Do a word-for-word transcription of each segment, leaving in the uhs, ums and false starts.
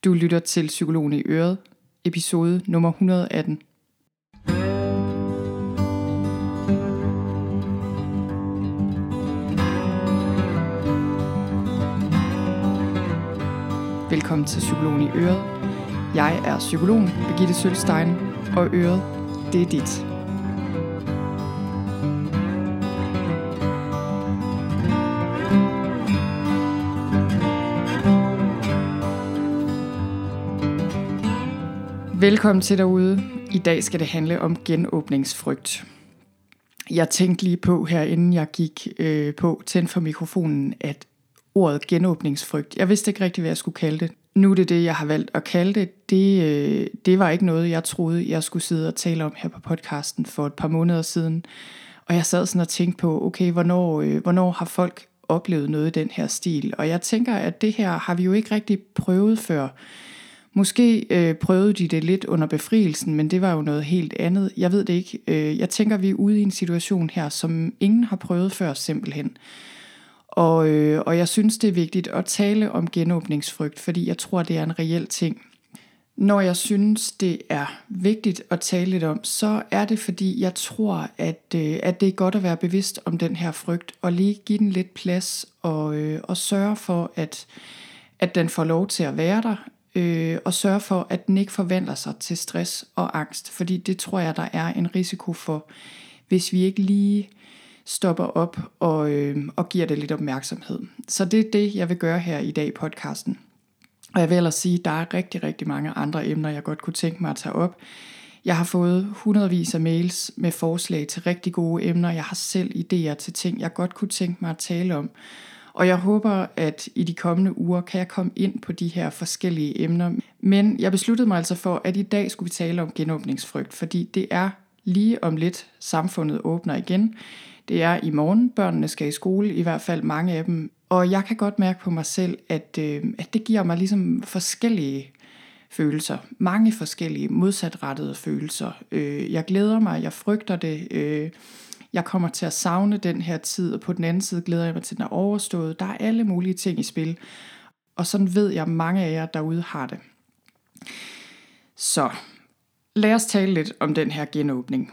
Du lytter til Psykologen i Øret, episode nummer et hundrede og atten. Velkommen til Psykologen i Øret. Jeg er psykologen Birgitte Sølstein, og Øret, det er dit. Velkommen til derude. I dag skal det handle om genåbningsfrygt. Jeg tænkte lige på her, inden jeg gik øh, på tænd for mikrofonen, at ordet genåbningsfrygt, jeg vidste ikke rigtig, hvad jeg skulle kalde det. Nu er det det, jeg har valgt at kalde det. Det, øh, det var ikke noget, jeg troede, jeg skulle sidde og tale om her på podcasten for et par måneder siden. Og jeg sad sådan og tænkte på, okay, hvornår, øh, hvornår har folk oplevet noget i den her stil? Og jeg tænker, at det her har vi jo ikke rigtig prøvet før. Måske øh, prøvede de det lidt under befrielsen, men det var jo noget helt andet. Jeg ved det ikke. Øh, jeg tænker, vi er ude i en situation her, som ingen har prøvet før simpelthen. Og, øh, og jeg synes, det er vigtigt at tale om genåbningsfrygt, fordi jeg tror, det er en reel ting. Når jeg synes, det er vigtigt at tale lidt om, så er det, fordi jeg tror, at, øh, at det er godt at være bevidst om den her frygt, og lige give den lidt plads, og, øh, og sørge for, at, at den får lov til at være der, øh, og sørge for, at den ikke forvandler sig til stress og angst, fordi det tror jeg, der er en risiko for, hvis vi ikke lige stopper op og, øh, og giver det lidt opmærksomhed. Så det er det, jeg vil gøre her i dag i podcasten. Og jeg vil ellers sige, at der er rigtig, rigtig mange andre emner, jeg godt kunne tænke mig at tage op. Jeg har fået hundredvis af mails med forslag til rigtig gode emner. Jeg har selv idéer til ting, jeg godt kunne tænke mig at tale om. Og jeg håber, at i de kommende uger kan jeg komme ind på de her forskellige emner. Men jeg besluttede mig altså for, at i dag skulle vi tale om genåbningsfrygt, fordi det er lige om lidt, samfundet åbner igen. Det er i morgen, børnene skal i skole, i hvert fald mange af dem. Og jeg kan godt mærke på mig selv, at, øh, at det giver mig ligesom forskellige følelser. Mange forskellige modsatrettede følelser. Øh, jeg glæder mig, jeg frygter det. Øh, jeg kommer til at savne den her tid, og på den anden side glæder jeg mig til, den er overstået. Der er alle mulige ting i spil. Og sådan ved jeg, at mange af jer derude har det. Så lad os tale lidt om den her genåbning.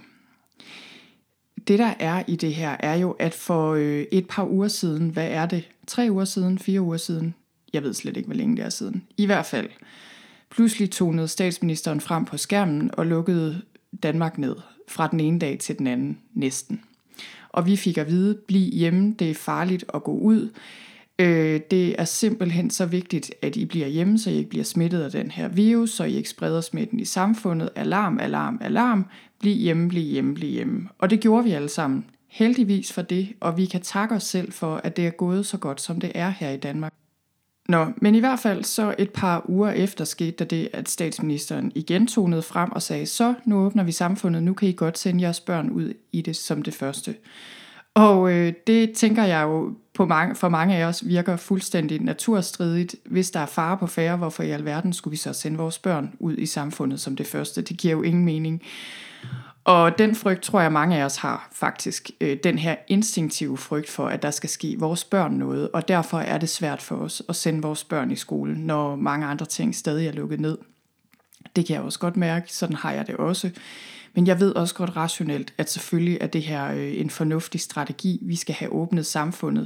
Det der er i det her er jo, at for øh, et par uger siden, hvad er det? Tre uger siden, fire uger siden? Jeg ved slet ikke, hvor længe det er siden. I hvert fald. Pludselig tonede statsministeren frem på skærmen og lukkede Danmark ned fra den ene dag til den anden næsten. Og vi fik at vide, bliv hjemme, det er farligt at gå ud. Øh, det er simpelthen så vigtigt, at I bliver hjemme, så I ikke bliver smittet af den her virus, så I ikke spreder smitten i samfundet. Alarm, alarm, alarm. Bliv hjemme, bliv hjemme, bliv hjemme. Og det gjorde vi alle sammen. Heldigvis for det, og vi kan takke os selv for, at det er gået så godt, som det er her i Danmark. Nå, men i hvert fald så et par uger efter skete der det, at statsministeren igen tonede frem og sagde, så nu åbner vi samfundet, nu kan I godt sende jeres børn ud i det som det første. Og øh, det tænker jeg jo på mange, for mange af os virker fuldstændig naturstridigt. Hvis der er fare på færde, hvorfor i alverden skulle vi så sende vores børn ud i samfundet som det første? Det giver jo ingen mening. Og den frygt tror jeg mange af os har faktisk. Øh, den her instinktive frygt for, at der skal ske vores børn noget. Og derfor er det svært for os at sende vores børn i skole, når mange andre ting stadig er lukket ned. Det kan jeg også godt mærke, sådan har jeg det også. Men jeg ved også godt rationelt, at selvfølgelig er det her øh, en fornuftig strategi. Vi skal have åbnet samfundet.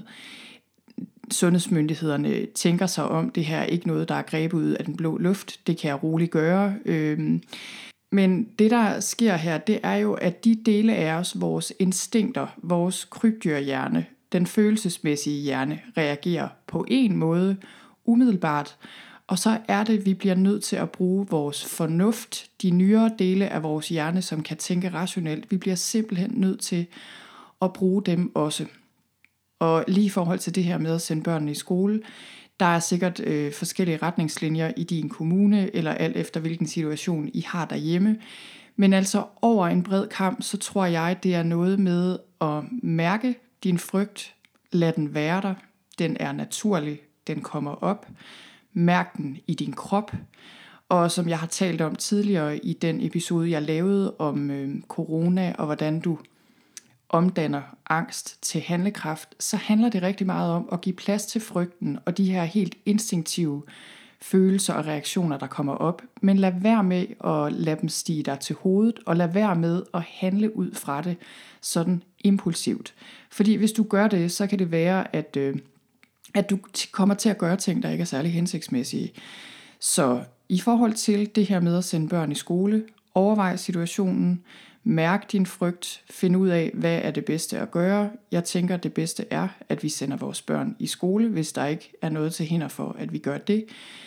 Sundhedsmyndighederne tænker sig om. Det her er ikke noget, der er grebet ud af den blå luft. Det kan jeg roligt gøre. Øh, Men det, der sker her, det er jo, at de dele af os, vores instinkter, vores krybdyrhjerne, den følelsesmæssige hjerne, reagerer på en måde umiddelbart. Og så er det, vi bliver nødt til at bruge vores fornuft, de nyere dele af vores hjerne, som kan tænke rationelt. Vi bliver simpelthen nødt til at bruge dem også. Og lige i forhold til det her med at sende børnene i skole, der er sikkert øh, forskellige retningslinjer i din kommune, eller alt efter hvilken situation I har derhjemme. Men altså over en bred kamp, så tror jeg, det er noget med at mærke din frygt. Lad den være der. Den er naturlig. Den kommer op. Mærk den i din krop. Og som jeg har talt om tidligere i den episode, jeg lavede om øh, corona, og hvordan du omdanner angst til handlekraft, så handler det rigtig meget om at give plads til frygten og de her helt instinktive følelser og reaktioner, der kommer op, men lad være med at lade dem stige dig til hovedet, og lad være med at handle ud fra det sådan impulsivt. Fordi hvis du gør det, så kan det være, at, øh, at du kommer til at gøre ting, der ikke er særlig hensigtsmæssige. Så i forhold til det her med at sende børn i skole, overvej situationen, mærk din frygt, find ud af, hvad er det bedste at gøre. Jeg tænker, at det bedste er, at vi sender vores børn i skole, hvis der ikke er noget til hinder for, at vi gør det.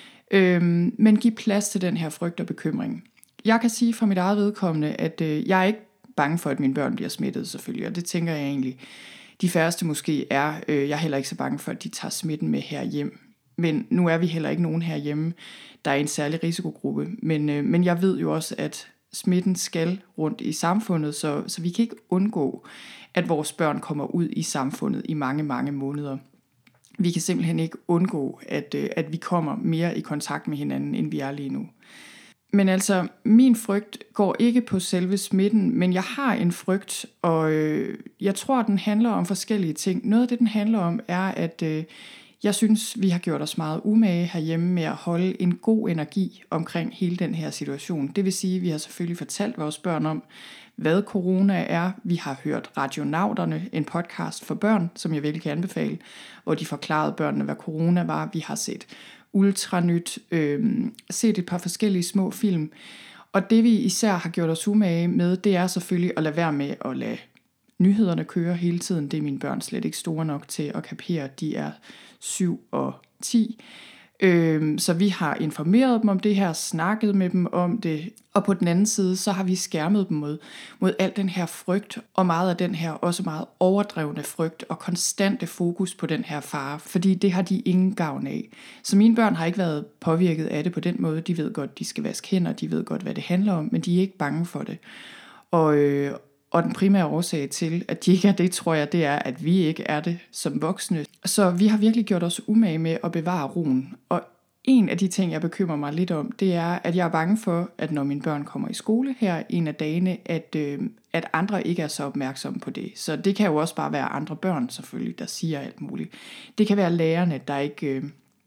Øhm, men giv plads til den her frygt og bekymring. Jeg kan sige fra mit eget vedkommende, at øh, jeg er ikke bange for, at mine børn bliver smittet selvfølgelig, og det tænker jeg egentlig, de færreste måske er. Øh, jeg er heller ikke så bange for, at de tager smitten med herhjem. Men nu er vi heller ikke nogen herhjemme, der er en særlig risikogruppe. Men, øh, men jeg ved jo også, at smitten skal rundt i samfundet, så, så vi kan ikke undgå, at vores børn kommer ud i samfundet i mange, mange måneder. Vi kan simpelthen ikke undgå, at, øh, at vi kommer mere i kontakt med hinanden, end vi er lige nu. Men altså, min frygt går ikke på selve smitten, men jeg har en frygt, og øh, jeg tror, den handler om forskellige ting. Noget af det, den handler om, er, at øh, jeg synes, vi har gjort os meget umage herhjemme med at holde en god energi omkring hele den her situation. Det vil sige, at vi har selvfølgelig fortalt vores børn om, hvad corona er. Vi har hørt Radionauterne, en podcast for børn, som jeg virkelig kan anbefale, hvor de forklarede børnene, hvad corona var. Vi har set Ultranyt, øh, set et par forskellige små film. Og det vi især har gjort os umage med, det er selvfølgelig at lade være med at lade nyhederne køre hele tiden. Det er mine børn slet ikke store nok til at kapere. De er syv og ti. Øhm, så vi har informeret dem om det her, snakket med dem om det, og på den anden side, så har vi skærmet dem mod, mod al den her frygt, og meget af den her også meget overdrevne frygt, og konstante fokus på den her fare, fordi det har de ingen gavn af. Så mine børn har ikke været påvirket af det på den måde. De ved godt, de skal vaske hænder, de ved godt, hvad det handler om, men de er ikke bange for det. Og, øh, Og den primære årsag til, at de ikke er det, tror jeg, det er, at vi ikke er det som voksne. Så vi har virkelig gjort os umage med at bevare roen. Og en af de ting, jeg bekymrer mig lidt om, det er, at jeg er bange for, at når mine børn kommer i skole her en af dagene, at, øh, at andre ikke er så opmærksomme på det. Så det kan jo også bare være andre børn selvfølgelig, der siger alt muligt. Det kan være lærerne, der ikke... Øh,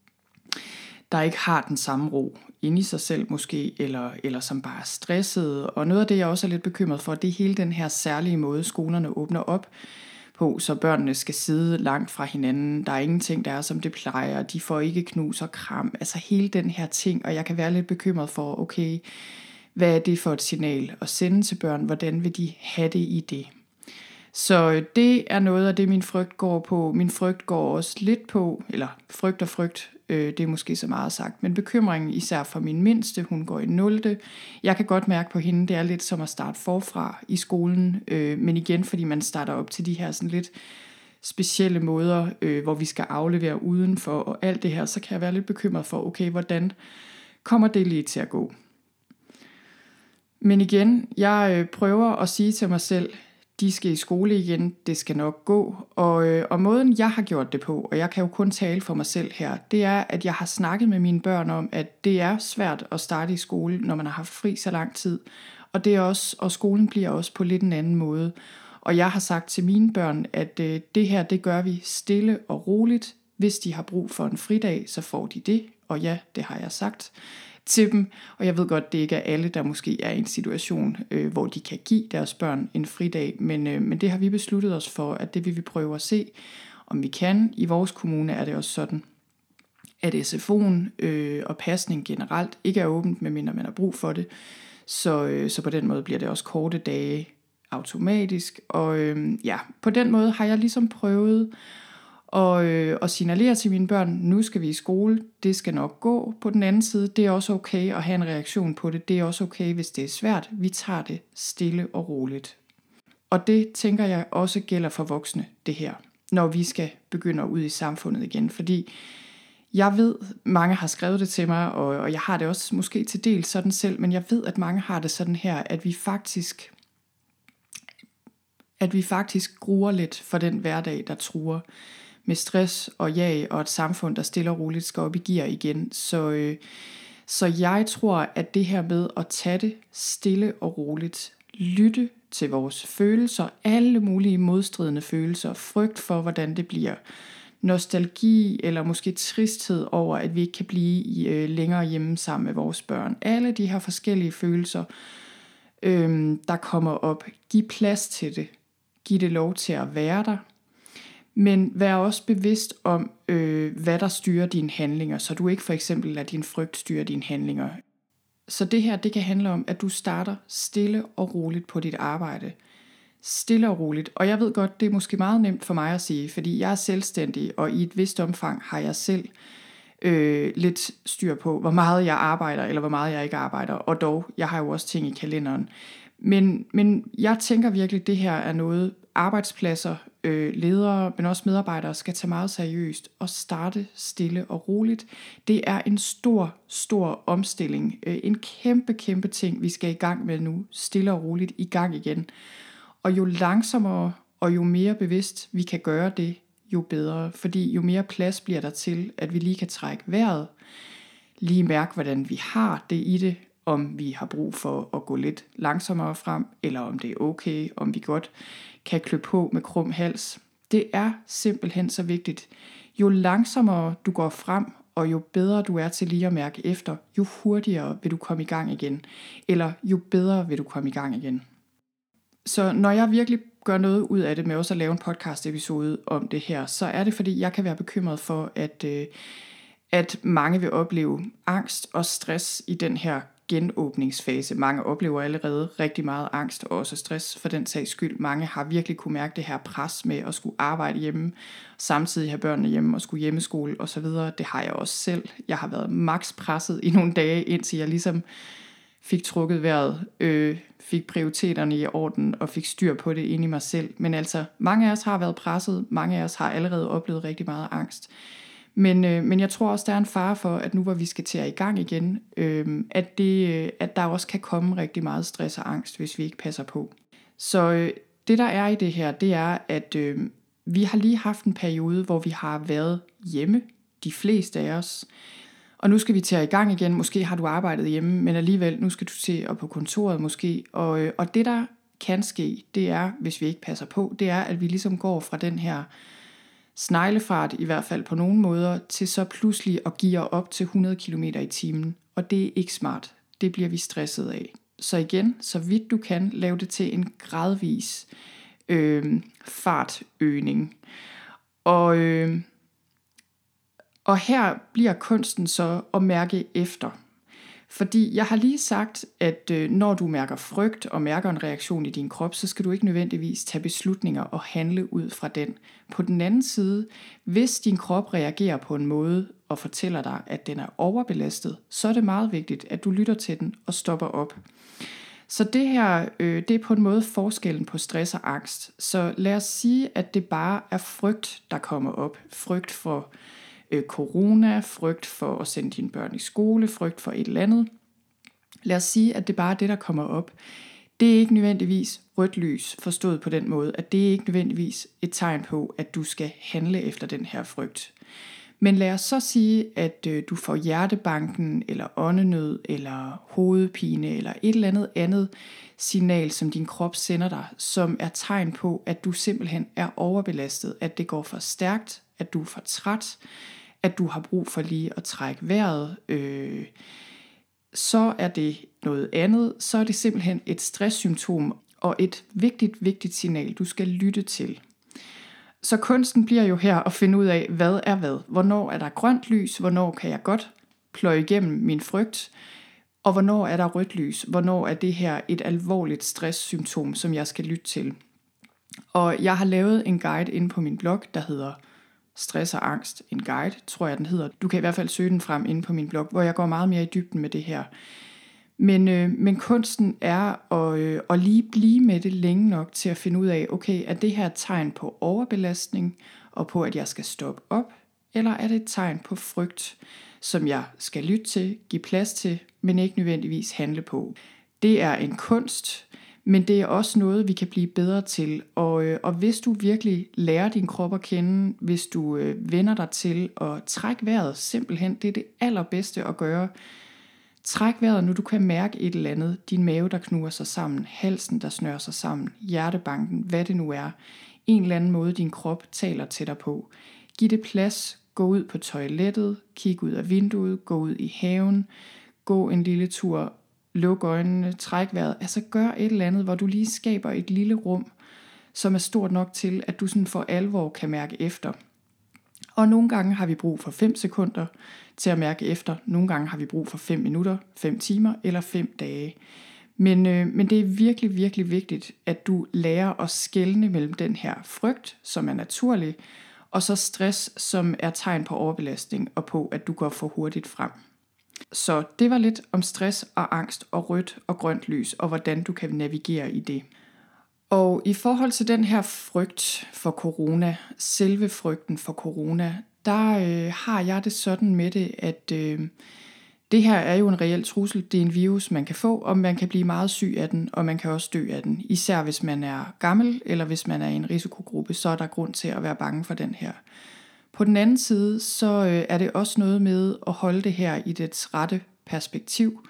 der ikke har den samme ro inde i sig selv måske, eller, eller som bare er stressede. Og noget af det, jeg også er lidt bekymret for, det er hele den her særlige måde, skolerne åbner op på, så børnene skal sidde langt fra hinanden. Der er ingenting, der er som det plejer. De får ikke knus og kram. Altså hele den her ting, og jeg kan være lidt bekymret for, okay, hvad er det for et signal at sende til børn? Hvordan vil de have det i det? Så det er noget af det, min frygt går på. Min frygt går også lidt på, eller frygt og frygt, øh, det er måske så meget sagt, men bekymringen især for min mindste, hun går i nulte. Jeg kan godt mærke på hende, det er lidt som at starte forfra i skolen, øh, men igen, fordi man starter op til de her sådan lidt specielle måder, øh, hvor vi skal aflevere udenfor og alt det her, så kan jeg være lidt bekymret for, okay, hvordan kommer det lige til at gå? Men igen, jeg øh, prøver at sige til mig selv, de skal i skole igen, det skal nok gå. Og, øh, og måden jeg har gjort det på, og jeg kan jo kun tale for mig selv her, det er, at jeg har snakket med mine børn om, at det er svært at starte i skole, når man har haft fri så lang tid. Og, det er også, og skolen bliver også på lidt en anden måde. Og jeg har sagt til mine børn, at øh, det her, det gør vi stille og roligt. Hvis de har brug for en fridag, så får de det. Og ja, det har jeg sagt til dem, og jeg ved godt, det ikke er alle, der måske er i en situation, øh, hvor de kan give deres børn en fridag, men, øh, men det har vi besluttet os for, at det vil vi prøve at se, om vi kan. I vores kommune er det også sådan, at S F O'en øh, og pasning generelt ikke er åbent, medmindre man har brug for det, så, øh, så på den måde bliver det også korte dage automatisk, og øh, ja, på den måde har jeg ligesom prøvet Og, øh, og signalere til mine børn, nu skal vi i skole, det skal nok gå. På den anden side, det er også okay at have en reaktion på det. Det er også okay, hvis det er svært. Vi tager det stille og roligt. Og det tænker jeg også gælder for voksne, det her, når vi skal begynde ud i samfundet igen. Fordi jeg ved, mange har skrevet det til mig, og, og jeg har det også måske til del sådan selv, men jeg ved, at mange har det sådan her, at vi faktisk, at vi faktisk gruer lidt for den hverdag, der truer, med stress og jag og et samfund, der stille og roligt skal op i gear igen. Så, øh, så jeg tror, at det her med at tage det stille og roligt, lytte til vores følelser, alle mulige modstridende følelser, frygt for, hvordan det bliver, nostalgi eller måske tristhed over, at vi ikke kan blive øh, længere hjemme sammen med vores børn. Alle de her forskellige følelser, øh, der kommer op. Giv plads til det. Giv det lov til at være der. Men vær også bevidst om, øh, hvad der styrer dine handlinger, så du ikke for eksempel lader din frygt styre dine handlinger. Så det her, det kan handle om, at du starter stille og roligt på dit arbejde. Stille og roligt. Og jeg ved godt, det er måske meget nemt for mig at sige, fordi jeg er selvstændig, og i et vist omfang har jeg selv øh, lidt styr på, hvor meget jeg arbejder, eller hvor meget jeg ikke arbejder. Og dog, jeg har jo også ting i kalenderen. Men, men jeg tænker virkelig, at det her er noget, arbejdspladser, øh, ledere, men også medarbejdere skal tage meget seriøst og starte stille og roligt. Det er en stor, stor omstilling. Øh, en kæmpe, kæmpe ting, vi skal i gang med nu. Stille og roligt i gang igen. Og jo langsommere og jo mere bevidst vi kan gøre det, jo bedre. Fordi jo mere plads bliver der til, at vi lige kan trække vejret. Lige mærke, hvordan vi har det i det. Om vi har brug for at gå lidt langsommere frem, eller om det er okay, om vi godt kan klø på med krum hals. Det er simpelthen så vigtigt. Jo langsommere du går frem, og jo bedre du er til lige at mærke efter, jo hurtigere vil du komme i gang igen. Eller jo bedre vil du komme i gang igen. Så når jeg virkelig gør noget ud af det med også at lave en podcast episode om det her, så er det fordi jeg kan være bekymret for, at, øh, at mange vil opleve angst og stress i den her genåbningsfase. Mange oplever allerede rigtig meget angst og også stress for den sags skyld. Mange har virkelig kunne mærke det her pres med at skulle arbejde hjemme, samtidig have børnene hjemme og skulle hjemmeskole osv. Det har jeg også selv. Jeg har været maks presset i nogle dage, indtil jeg ligesom fik trukket vejret, øh, fik prioriteterne i orden og fik styr på det inde i mig selv. Men altså, mange af os har været presset, mange af os har allerede oplevet rigtig meget angst. Men, øh, men jeg tror også, der er en fare for, at nu hvor vi skal til at i gang igen, øh, at, det, at der også kan komme rigtig meget stress og angst, hvis vi ikke passer på. Så øh, det der er i det her, det er, at øh, vi har lige haft en periode, hvor vi har været hjemme, de fleste af os. Og nu skal vi til at i gang igen. Måske har du arbejdet hjemme, men alligevel, nu skal du til og på kontoret måske. Og, øh, og det der kan ske, det er, hvis vi ikke passer på, det er, at vi ligesom går fra den her sneglefart, i hvert fald på nogle måder, til så pludselig at give op til hundrede kilometer i timen. Og det er ikke smart. Det bliver vi stresset af. Så igen, så vidt du kan, lave det til en gradvis øh, fartøgning. Og, øh, og her bliver kunsten så at mærke efter. Fordi jeg har lige sagt, at øh, når du mærker frygt og mærker en reaktion i din krop, så skal du ikke nødvendigvis tage beslutninger og handle ud fra den. På den anden side, hvis din krop reagerer på en måde og fortæller dig, at den er overbelastet, så er det meget vigtigt, at du lytter til den og stopper op. Så det her, øh, det er på en måde forskellen på stress og angst. Så lad os sige, at det bare er frygt, der kommer op. Frygt for corona, frygt for at sende dine børn i skole, frygt for et eller andet. Lad os sige, at det bare er det, der kommer op. Det er ikke nødvendigvis rødt lys, forstået på den måde, at det er ikke nødvendigvis et tegn på, at du skal handle efter den her frygt. Men lad os så sige, at øh, du får hjertebanken, eller åndenød, eller hovedpine, eller et eller andet andet signal, som din krop sender dig, som er tegn på, at du simpelthen er overbelastet, at det går for stærkt, at du er for træt, at du har brug for lige at trække vejret, øh, så er det noget andet. Så er det simpelthen et stresssymptom og et vigtigt, vigtigt signal, du skal lytte til. Så kunsten bliver jo her at finde ud af, hvad er hvad. Hvornår er der grønt lys? Hvornår kan jeg godt pløje igennem min frygt? Og hvornår er der rødt lys? Hvornår er det her et alvorligt stresssymptom, som jeg skal lytte til? Og jeg har lavet en guide inde på min blog, der hedder Stress og angst, en guide, tror jeg den hedder. Du kan i hvert fald søge den frem inde på min blog, hvor jeg går meget mere i dybden med det her. Men, øh, men kunsten er at, øh, at lige blive med det længe nok til at finde ud af, okay, er det her et tegn på overbelastning, og på at jeg skal stoppe op, eller er det et tegn på frygt, som jeg skal lytte til, give plads til, men ikke nødvendigvis handle på. Det er en kunst, men det er også noget, vi kan blive bedre til. Og, øh, og hvis du virkelig lærer din krop at kende, hvis du øh, vender dig til at trække vejret, simpelthen, det er det allerbedste at gøre. Træk vejret, nu du kan mærke et eller andet. Din mave, der knuger sig sammen, halsen, der snører sig sammen, hjertebanken, hvad det nu er. En eller anden måde, din krop taler til dig på. Giv det plads. Gå ud på toilettet, kig ud af vinduet, gå ud i haven, gå en lille tur, luk øjnene, træk vejret. Altså gør et eller andet, hvor du lige skaber et lille rum, som er stort nok til, at du sådan for alvor kan mærke efter. Og nogle gange har vi brug for fem sekunder til at mærke efter. Nogle gange har vi brug for fem minutter, fem timer eller fem dage. Men, øh, men det er virkelig, virkelig vigtigt, at du lærer at skelne mellem den her frygt, som er naturlig, og så stress, som er tegn på overbelastning og på, at du går for hurtigt frem. Så det var lidt om stress og angst og rødt og grønt lys, og hvordan du kan navigere i det. Og i forhold til den her frygt for corona, selve frygten for corona, der øh, har jeg det sådan med det, at øh, det her er jo en reel trussel. Det er en virus, man kan få, og man kan blive meget syg af den, og man kan også dø af den. Især hvis man er gammel, eller hvis man er i en risikogruppe, så er der grund til at være bange for den her. På den anden side, så øh, er det også noget med at holde det her i dets rette perspektiv.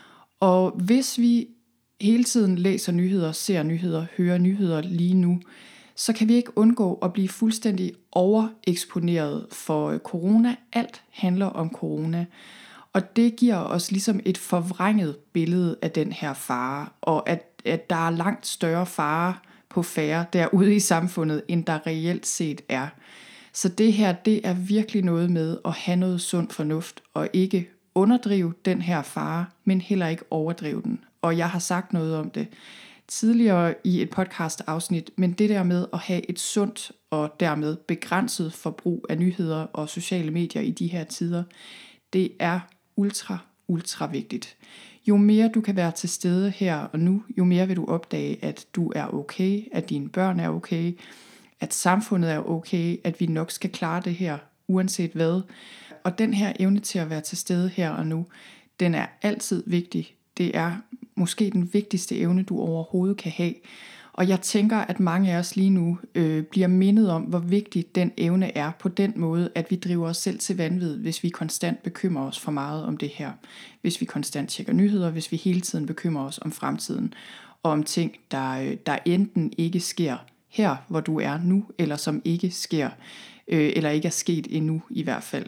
Og hvis vi hele tiden læser nyheder, ser nyheder, hører nyheder lige nu, så kan vi ikke undgå at blive fuldstændig overeksponeret for corona. Alt handler om corona. Og det giver os ligesom et forvrænget billede af den her fare, og at, at der er langt større fare på færre derude i samfundet, end der reelt set er. Så det her, det er virkelig noget med at have noget sund fornuft, og ikke underdrive den her fare, men heller ikke overdrive den. Og jeg har sagt noget om det tidligere i et podcast afsnit, men det der med at have et sundt og dermed begrænset forbrug af nyheder og sociale medier i de her tider, det er ultra, ultra vigtigt. Jo mere du kan være til stede her og nu, jo mere vil du opdage, at du er okay, at dine børn er okay, at samfundet er okay, at vi nok skal klare det her, uanset hvad. Og den her evne til at være til stede her og nu, den er altid vigtig. Det er måske den vigtigste evne, du overhovedet kan have. Og jeg tænker, at mange af os lige nu øh, bliver mindet om, hvor vigtig den evne er på den måde, at vi driver os selv til vanvid, hvis vi konstant bekymrer os for meget om det her. Hvis vi konstant tjekker nyheder, hvis vi hele tiden bekymrer os om fremtiden, og om ting, der, der enten ikke sker her, hvor du er nu, eller som ikke sker, øh, eller ikke er sket endnu i hvert fald.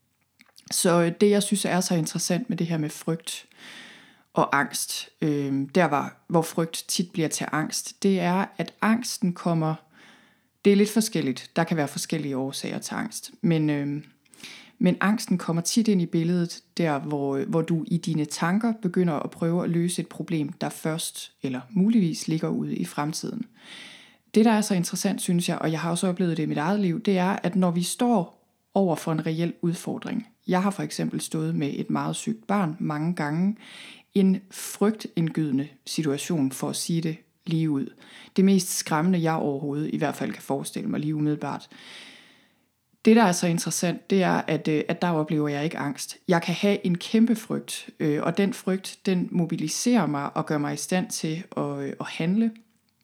Så det, jeg synes er så interessant med det her med frygt og angst, øh, der var, hvor frygt tit bliver til angst, det er, at angsten kommer, det er lidt forskelligt, der kan være forskellige årsager til angst, men, øh, men angsten kommer tit ind i billedet, der hvor, hvor du i dine tanker begynder at prøve at løse et problem, der først, eller muligvis ligger ude i fremtiden. Det, der er så interessant, synes jeg, og jeg har også oplevet det i mit eget liv, det er, at når vi står over for en reel udfordring, jeg har for eksempel stået med et meget sygt barn mange gange, en frygtindgydende situation, for at sige det lige ud. Det mest skræmmende, jeg overhovedet i hvert fald kan forestille mig lige umiddelbart. Det, der er så interessant, det er, at, at der oplever jeg ikke angst. Jeg kan have en kæmpe frygt, og den frygt, den mobiliserer mig og gør mig i stand til at, at handle.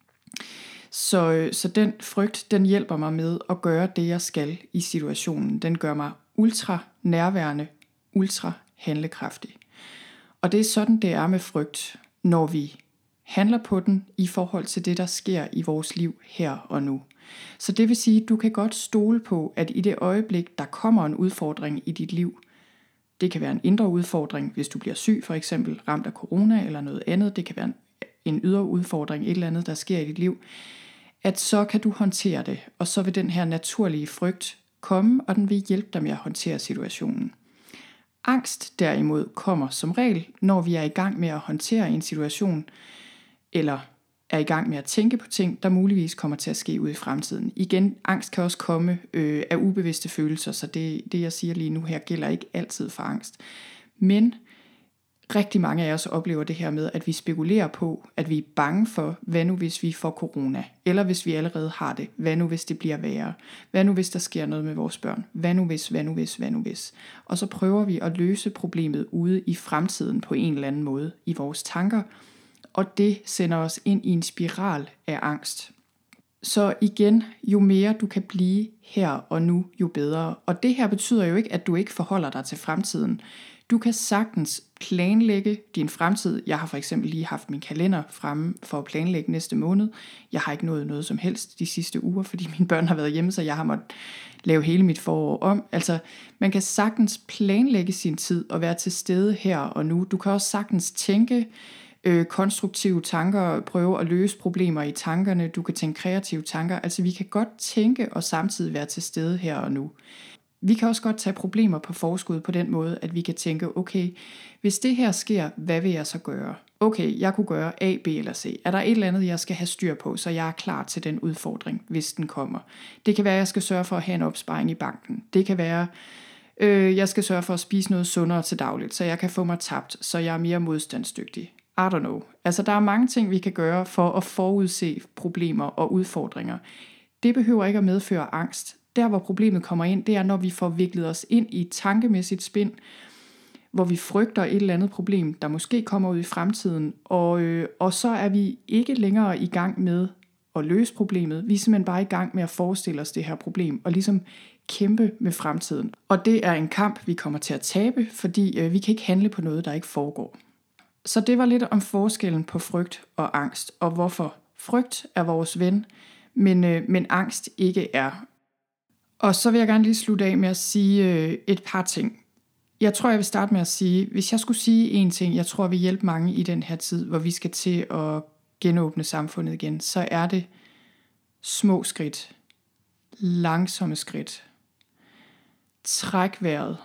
Så, så den frygt, den hjælper mig med at gøre det, jeg skal i situationen. Den gør mig ultra nærværende, ultra handlekraftig. Og det er sådan, det er med frygt, når vi handler på den i forhold til det, der sker i vores liv her og nu. Så det vil sige, at du kan godt stole på, at i det øjeblik, der kommer en udfordring i dit liv, det kan være en indre udfordring, hvis du bliver syg, for eksempel ramt af corona eller noget andet, det kan være en, en ydre udfordring, et eller andet, der sker i dit liv, at så kan du håndtere det, og så vil den her naturlige frygt komme, og den vil hjælpe dig med at håndtere situationen. Angst derimod kommer som regel, når vi er i gang med at håndtere en situation, eller er i gang med at tænke på ting, der muligvis kommer til at ske ude i fremtiden. Igen, angst kan også komme øh, af ubevidste følelser, så det, det jeg siger lige nu her gælder ikke altid for angst. Men rigtig mange af os oplever det her med, at vi spekulerer på, at vi er bange for, hvad nu hvis vi får corona, eller hvis vi allerede har det, hvad nu hvis det bliver værre, hvad nu hvis der sker noget med vores børn, hvad nu hvis, hvad nu hvis, hvad nu hvis. Og så prøver vi at løse problemet ude i fremtiden på en eller anden måde i vores tanker, og det sender os ind i en spiral af angst. Så igen, jo mere du kan blive her og nu, jo bedre. Og det her betyder jo ikke, at du ikke forholder dig til fremtiden. Du kan sagtens planlægge din fremtid. Jeg har for eksempel lige haft min kalender fremme for at planlægge næste måned. Jeg har ikke nået noget som helst de sidste uger, fordi mine børn har været hjemme, så jeg har måttet lave hele mit forår om. Altså, man kan sagtens planlægge sin tid og være til stede her og nu. Du kan også sagtens tænke øh, konstruktive tanker, prøve at løse problemer i tankerne. Du kan tænke kreative tanker. Altså, vi kan godt tænke og samtidig være til stede her og nu. Vi kan også godt tage problemer på forskud på den måde, at vi kan tænke, okay, hvis det her sker, hvad vil jeg så gøre? Okay, jeg kunne gøre A, B eller C. Er der et eller andet, jeg skal have styr på, så jeg er klar til den udfordring, hvis den kommer? Det kan være, at jeg skal sørge for at have en opsparing i banken. Det kan være, øh, jeg skal sørge for at spise noget sundere til dagligt, så jeg kan få mig tabt, så jeg er mere modstandsdygtig. I don't know. Altså, der er mange ting, vi kan gøre for at forudse problemer og udfordringer. Det behøver ikke at medføre angst. Der, hvor problemet kommer ind, det er, når vi får viklet os ind i et tankemæssigt spind, hvor vi frygter et eller andet problem, der måske kommer ud i fremtiden, og, øh, og så er vi ikke længere i gang med at løse problemet. Vi er simpelthen bare i gang med at forestille os det her problem, og ligesom kæmpe med fremtiden. Og det er en kamp, vi kommer til at tabe, fordi øh, vi kan ikke handle på noget, der ikke foregår. Så det var lidt om forskellen på frygt og angst, og hvorfor frygt er vores ven, men, øh, men angst ikke er. Og så vil jeg gerne lige slutte af med at sige øh, et par ting. Jeg tror, jeg vil starte med at sige, hvis jeg skulle sige en ting, jeg tror vil hjælpe mange i den her tid, hvor vi skal til at genåbne samfundet igen, så er det små skridt, langsomme skridt. Træk vejret.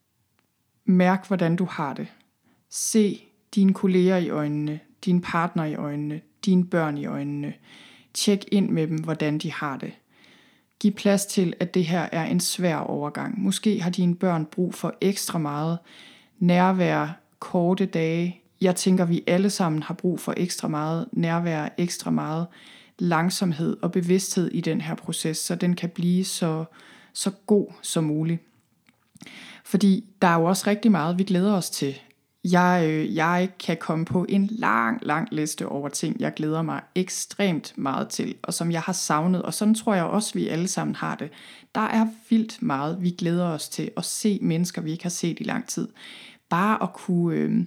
Mærk, hvordan du har det. Se dine kolleger i øjnene, dine partner i øjnene, dine børn i øjnene. Tjek ind med dem, hvordan de har det. Giv plads til, at det her er en svær overgang. Måske har dine børn brug for ekstra meget nærvær, korte dage. Jeg tænker, vi alle sammen har brug for ekstra meget nærvær, ekstra meget langsomhed og bevidsthed i den her proces, så den kan blive så, så god som muligt. Fordi der er jo også rigtig meget, vi glæder os til. Jeg, øh, jeg kan komme på en lang, lang liste over ting, jeg glæder mig ekstremt meget til, og som jeg har savnet, og sådan tror jeg også, vi alle sammen har det. Der er vildt meget, vi glæder os til at se mennesker, vi ikke har set i lang tid. Bare at kunne, øh,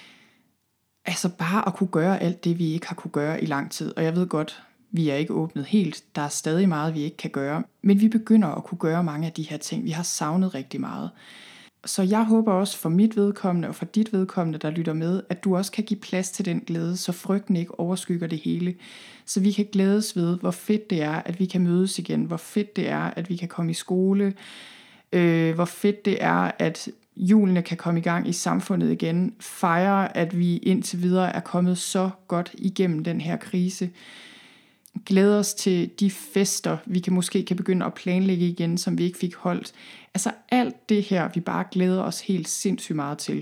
altså bare at kunne gøre alt det, vi ikke har kunne gøre i lang tid. Og jeg ved godt, vi er ikke åbnet helt. Der er stadig meget, vi ikke kan gøre. Men vi begynder at kunne gøre mange af de her ting. Vi har savnet rigtig meget. Så jeg håber også for mit vedkommende og for dit vedkommende, der lytter med, at du også kan give plads til den glæde, så frygten ikke overskygger det hele. Så vi kan glædes ved, hvor fedt det er, at vi kan mødes igen. Hvor fedt det er, at vi kan komme i skole. Øh, hvor fedt det er, at hjulene kan komme i gang i samfundet igen. Fejre, at vi indtil videre er kommet så godt igennem den her krise. Glæder os til de fester, vi kan måske kan begynde at planlægge igen, som vi ikke fik holdt. Altså alt det her, vi bare glæder os helt sindssygt meget til.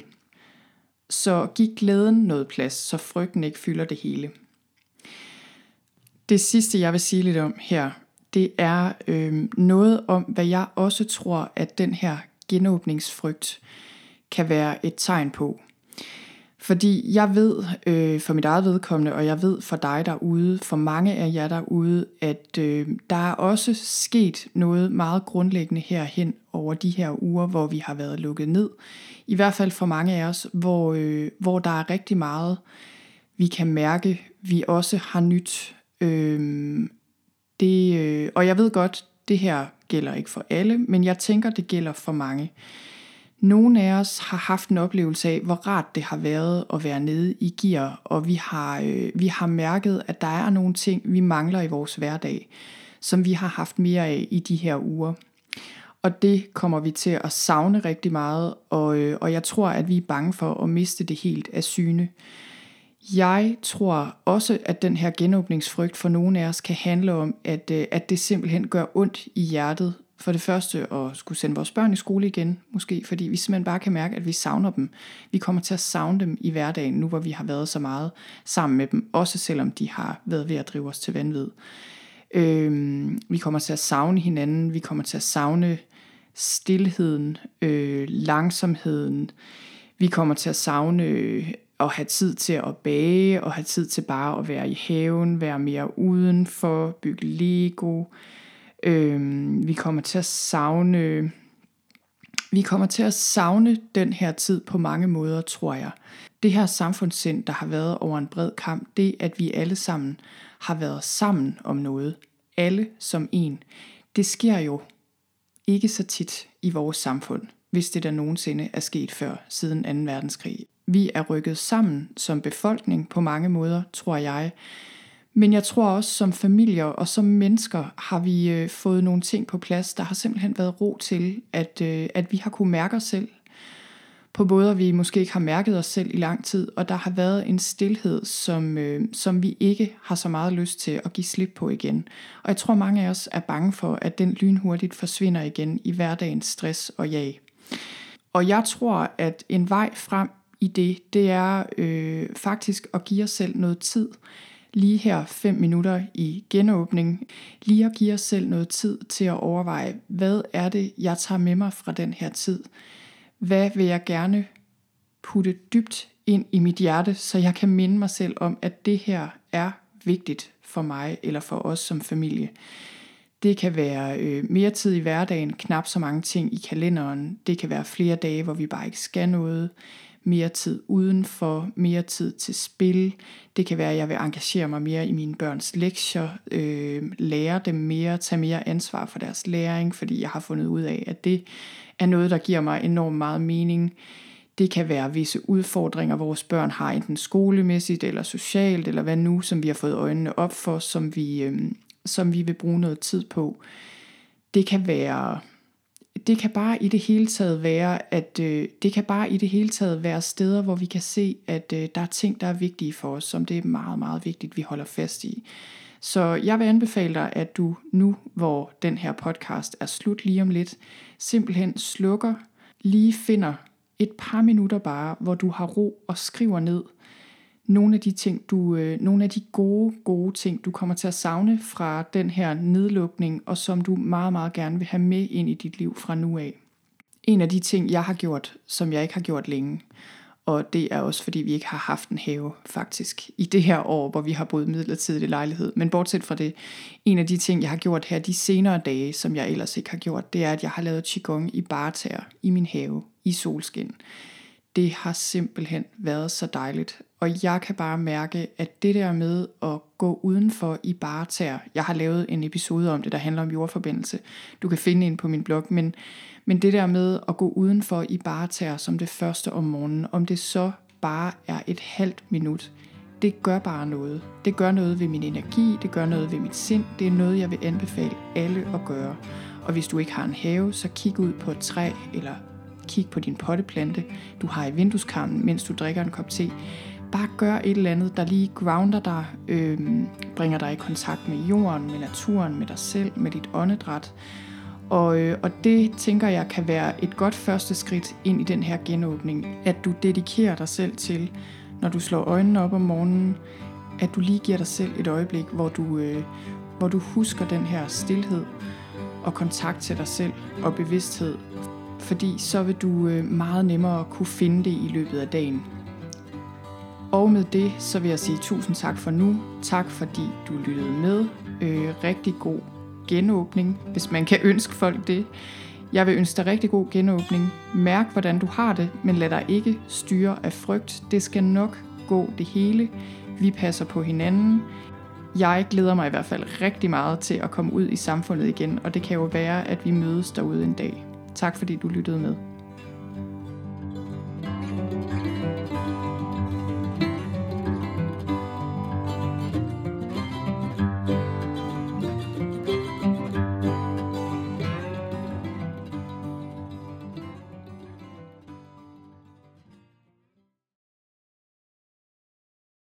Så giv glæden noget plads, så frygten ikke fylder det hele. Det sidste, jeg vil sige lidt om her, det er øh, noget om, hvad jeg også tror, at den her genåbningsfrygt kan være et tegn på. Fordi jeg ved øh, for mit eget vedkommende, og jeg ved for dig derude, for mange af jer derude, at øh, der er også sket noget meget grundlæggende herhen over de her uger, hvor vi har været lukket ned. I hvert fald for mange af os, hvor, øh, hvor der er rigtig meget, vi kan mærke, vi også har nyt. Øh, det, øh, og jeg ved godt, det her gælder ikke for alle, men jeg tænker, det gælder for mange. Nogle af os har haft en oplevelse af, hvor rart det har været at være nede i gear, og vi har, øh, vi har mærket, at der er nogle ting, vi mangler i vores hverdag, som vi har haft mere af i de her uger. Og det kommer vi til at savne rigtig meget, og, øh, og jeg tror, at vi er bange for at miste det helt af syne. Jeg tror også, at den her genåbningsfrygt for nogle af os kan handle om, at, øh, at det simpelthen gør ondt i hjertet. For det første at skulle sende vores børn i skole igen, måske, fordi vi simpelthen bare kan mærke, at vi savner dem. Vi kommer til at savne dem i hverdagen, nu hvor vi har været så meget sammen med dem, også selvom de har været ved at drive os til vanvid. Øhm, vi kommer til at savne hinanden, vi kommer til at savne stilheden, øh, langsomheden. Vi kommer til at savne øh, at have tid til at bage, og have tid til bare at være i haven, være mere udenfor, bygge Lego. Øhm, vi kommer til at savne Vi kommer til at savne den her tid på mange måder, tror jeg. Det her samfundssind, der har været over en bred kamp, det at vi alle sammen har været sammen om noget, alle som en, det sker jo ikke så tit i vores samfund, hvis det der nogensinde er sket før siden anden verdenskrig. Vi er rykket sammen som befolkning på mange måder, tror jeg. Men jeg tror også, som familier og som mennesker har vi øh, fået nogle ting på plads. Der har simpelthen været ro til, at, øh, at vi har kunne mærke os selv på måder, vi måske ikke har mærket os selv i lang tid. Og der har været en stilhed, som, øh, som vi ikke har så meget lyst til at give slip på igen. Og jeg tror, mange af os er bange for, at den lynhurtigt forsvinder igen i hverdagens stress og jag. Og jeg tror, at en vej frem i det, det er øh, faktisk at give os selv noget tid. Lige her fem minutter i genåbning. Lige at give os selv noget tid til at overveje, hvad er det, jeg tager med mig fra den her tid? Hvad vil jeg gerne putte dybt ind i mit hjerte, så jeg kan minde mig selv om, at det her er vigtigt for mig eller for os som familie. Det kan være øh, mere tid i hverdagen, knap så mange ting i kalenderen. Det kan være flere dage, hvor vi bare ikke skal noget. Mere tid udenfor, mere tid til spil. Det kan være, at jeg vil engagere mig mere i mine børns lektier, øh, lære dem mere, tage mere ansvar for deres læring, fordi jeg har fundet ud af, at det er noget, der giver mig enormt meget mening. Det kan være visse udfordringer, vores børn har, enten skolemæssigt eller socialt, eller hvad nu, som vi har fået øjnene op for, som vi, øh, som vi vil bruge noget tid på. Det kan være... Det kan bare i det hele taget være, at øh, det kan bare i det hele taget være steder, hvor vi kan se, at øh, der er ting, der er vigtige for os, som det er meget, meget vigtigt, vi holder fast i. Så jeg vil anbefale dig, at du nu, hvor den her podcast er slut lige om lidt, simpelthen slukker, lige finder et par minutter bare, hvor du har ro og skriver ned nogle af de ting, du, øh, nogle af de gode, gode ting, du kommer til at savne fra den her nedlukning, og som du meget, meget gerne vil have med ind i dit liv fra nu af. En af de ting, jeg har gjort, som jeg ikke har gjort længe, og det er også fordi, vi ikke har haft en have faktisk i det her år, hvor vi har boet midlertidigt i lejlighed. Men bortset fra det, en af de ting, jeg har gjort her de senere dage, som jeg ellers ikke har gjort, det er, at jeg har lavet qigong i bartær i min have i solskin. Det har simpelthen været så dejligt, og jeg kan bare mærke, at det der med at gå udenfor i bare tæer, jeg har lavet en episode om det, der handler om jordforbindelse, du kan finde ind på min blog, men, men det der med at gå udenfor i bare tæer som det første om morgenen, om det så bare er et halvt minut, det gør bare noget. Det gør noget ved min energi, det gør noget ved mit sind, det er noget, jeg vil anbefale alle at gøre. Og hvis du ikke har en have, så kig ud på et træ, eller kig på din potteplante, du har i vindueskarmen, mens du drikker en kop te. Bare gør et eller andet, der lige grounder dig, øh, bringer dig i kontakt med jorden, med naturen, med dig selv, med dit åndedræt. Og, øh, og det tænker jeg kan være et godt første skridt ind i den her genåbning, at du dedikerer dig selv til, når du slår øjnene op om morgenen, at du lige giver dig selv et øjeblik, hvor du, øh, hvor du husker den her stilhed og kontakt til dig selv og bevidsthed, fordi så vil du meget nemmere kunne finde det i løbet af dagen. Og med det, så vil jeg sige tusind tak for nu. Tak fordi du lyttede med. Øh, rigtig god genåbning, hvis man kan ønske folk det. Jeg vil ønske dig rigtig god genåbning. Mærk, hvordan du har det, men lad dig ikke styre af frygt. Det skal nok gå det hele. Vi passer på hinanden. Jeg glæder mig i hvert fald rigtig meget til at komme ud i samfundet igen, og det kan jo være, at vi mødes derude en dag. Tak fordi du lyttede med.